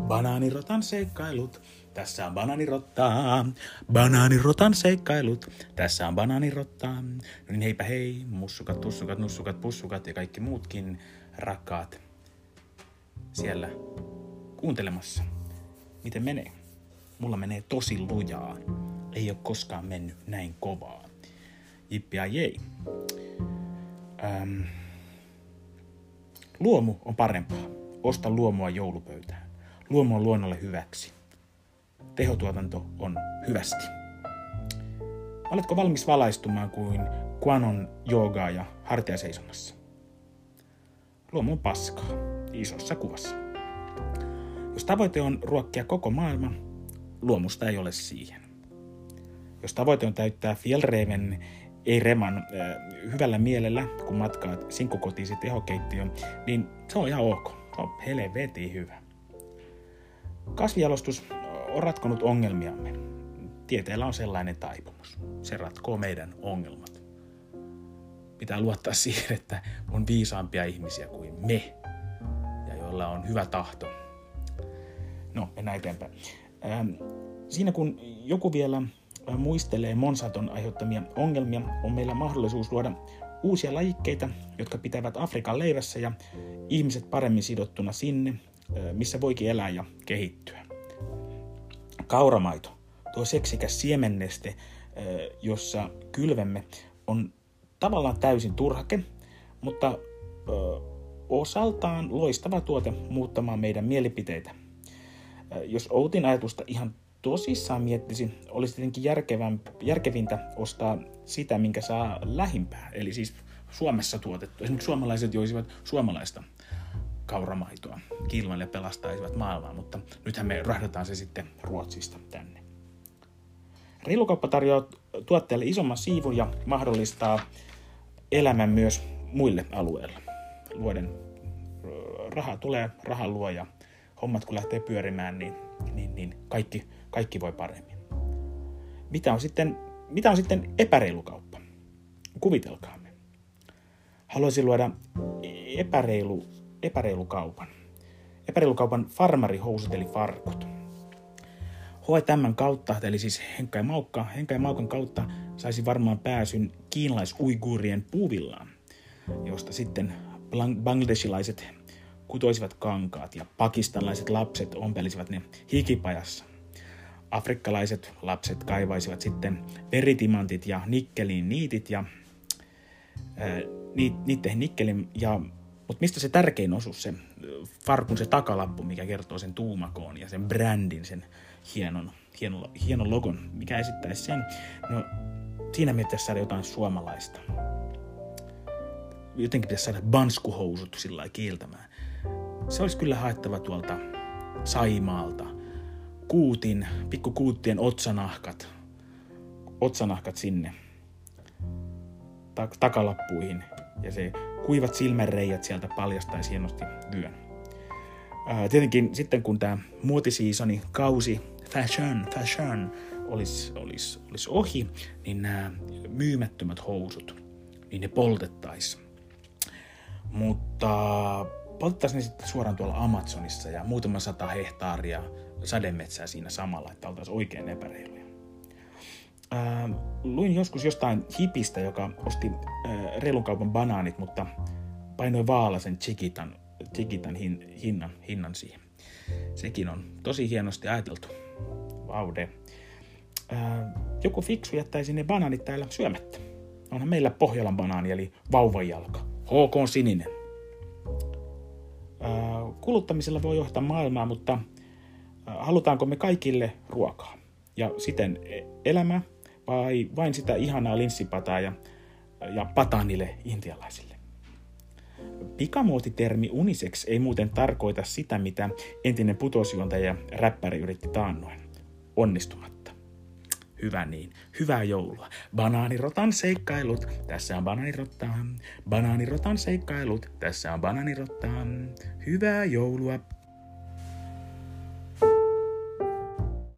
Banaanirotan seikkailut, tässä on banaanirottaa. Banaanirotan seikkailut, tässä on banaanirottaa. No niin heipä hei, mussukat, tussukat, nussukat, pussukat ja kaikki muutkin rakkaat siellä kuuntelemassa. Miten menee? Mulla menee tosi lujaa. Ei ole koskaan mennyt näin kovaa. Jippi ja jei. Luomu on parempaa. Osta luomua joulupöytään. Luomu on luonnolle hyväksi. Tehotuotanto on hyvästi. Oletko valmis valaistumaan kuin Quanon joogaa ja hartiaseisomassa? Luomu on paskaa. Isossa kuvassa. Jos tavoite on ruokkia koko maailma, luomusta ei ole siihen. Jos tavoite on täyttää Fjällräven ei reman hyvällä mielellä, kun matkaat sinkkukotiisi tehokeittiön, niin se on ihan ok. Se on helvetin hyvä. Kasvijalostus on ratkonut ongelmiamme. Tieteellä on sellainen taipumus. Se ratkoo meidän ongelmat. Pitää luottaa siihen, että on viisaampia ihmisiä kuin me, ja joilla on hyvä tahto. No, mennään eteenpäin. Siinä kun joku vielä muistelee Monsanton aiheuttamia ongelmia, on meillä mahdollisuus luoda uusia lajikkeita, jotka pitävät Afrikan leivässä ja ihmiset paremmin sidottuna sinne, missä voikin elää ja kehittyä. Kauramaito, tuo seksikäs siemenneste, jossa kylvemme, on tavallaan täysin turhake, mutta osaltaan loistava tuote muuttamaan meidän mielipiteitä. Jos Outin ajatusta ihan tosissaan miettisi, olisi tietenkin järkevintä ostaa sitä, minkä saa lähimpää. Eli siis Suomessa tuotettu. Esimerkiksi suomalaiset joisivat suomalaista kauramaitoa kilvan ja pelastaisivat maailmaa, mutta nythän me rahdataan se sitten Ruotsista tänne. Reilukauppa tarjoaa tuotteelle isomman siivun ja mahdollistaa elämän myös muille alueille. Luoden raha tulee, raha luo ja hommat kun lähtee pyörimään, niin kaikki voi paremmin. Mitä on sitten epäreilu kauppa? Kuvitelkaamme. Haluaisin luoda epäreilu kaupan. Epäreilu kaupan farmarihousut eli farkut. H&M:n kautta, eli siis Henkka ja Maukan kautta saisi varmaan pääsyn kiinalais-uiguurien puuvillaan, josta sitten bangladesilaiset kutoisivat kankaat ja pakistanlaiset lapset ompelisivat ne hikipajassa. Afrikkalaiset lapset kaivaisivat sitten veritimantit ja nikkelin niitit ja niitteihin nikkelin. Mutta mistä se tärkein osuus, se farkun se takalappu, mikä kertoo sen tuumakoon ja sen brändin, sen hienon logon, mikä esittäisi sen. No siinä me pitäisi saada jotain suomalaista. Jotenkin pitäisi saada banskuhousut sillä lailla kiiltämään. Se olisi kyllä haettava tuolta Saimaalta. Pikkukuuttien otsanahkat sinne takalappuihin. Ja se kuivat silmänreijät sieltä paljastaisi hienosti vyön. Tietenkin sitten kun tämä muotisiisoni, kausi, fashion olisi ohi, niin nämä myymättömät housut, niin ne poltettaisiin. Mutta poltettaisiin ne sitten suoraan tuolla Amazonissa ja muutama 100 hehtaaria sademetsää siinä samalla, että oltaisiin oikein epäreiluja. Luin joskus jostain hipistä, joka osti reilun kaupan banaanit, mutta painoi vaalasen chiquitan hinnan siihen. Sekin on tosi hienosti ajateltu. Vaude. Joku fiksu jättäisi ne banaanit täällä syömättä. Onhan meillä Pohjolan banaani, eli vauvanjalka. HK on sininen. Kuluttamisella voi johtaa maailmaa, mutta halutaanko me kaikille ruokaa? Ja siten elämä vai vain sitä ihanaa linssipataa ja patanille intialaisille? Pikamuotitermi unisex ei muuten tarkoita sitä, mitä entinen putosjuontaja ja räppäri yritti taannoin. Onnistumatta. Hyvä niin. Hyvää joulua. Banaanirotan seikkailut. Tässä on banaanirottaa. Banaanirotan seikkailut. Tässä on banaanirottaa. Hyvää joulua.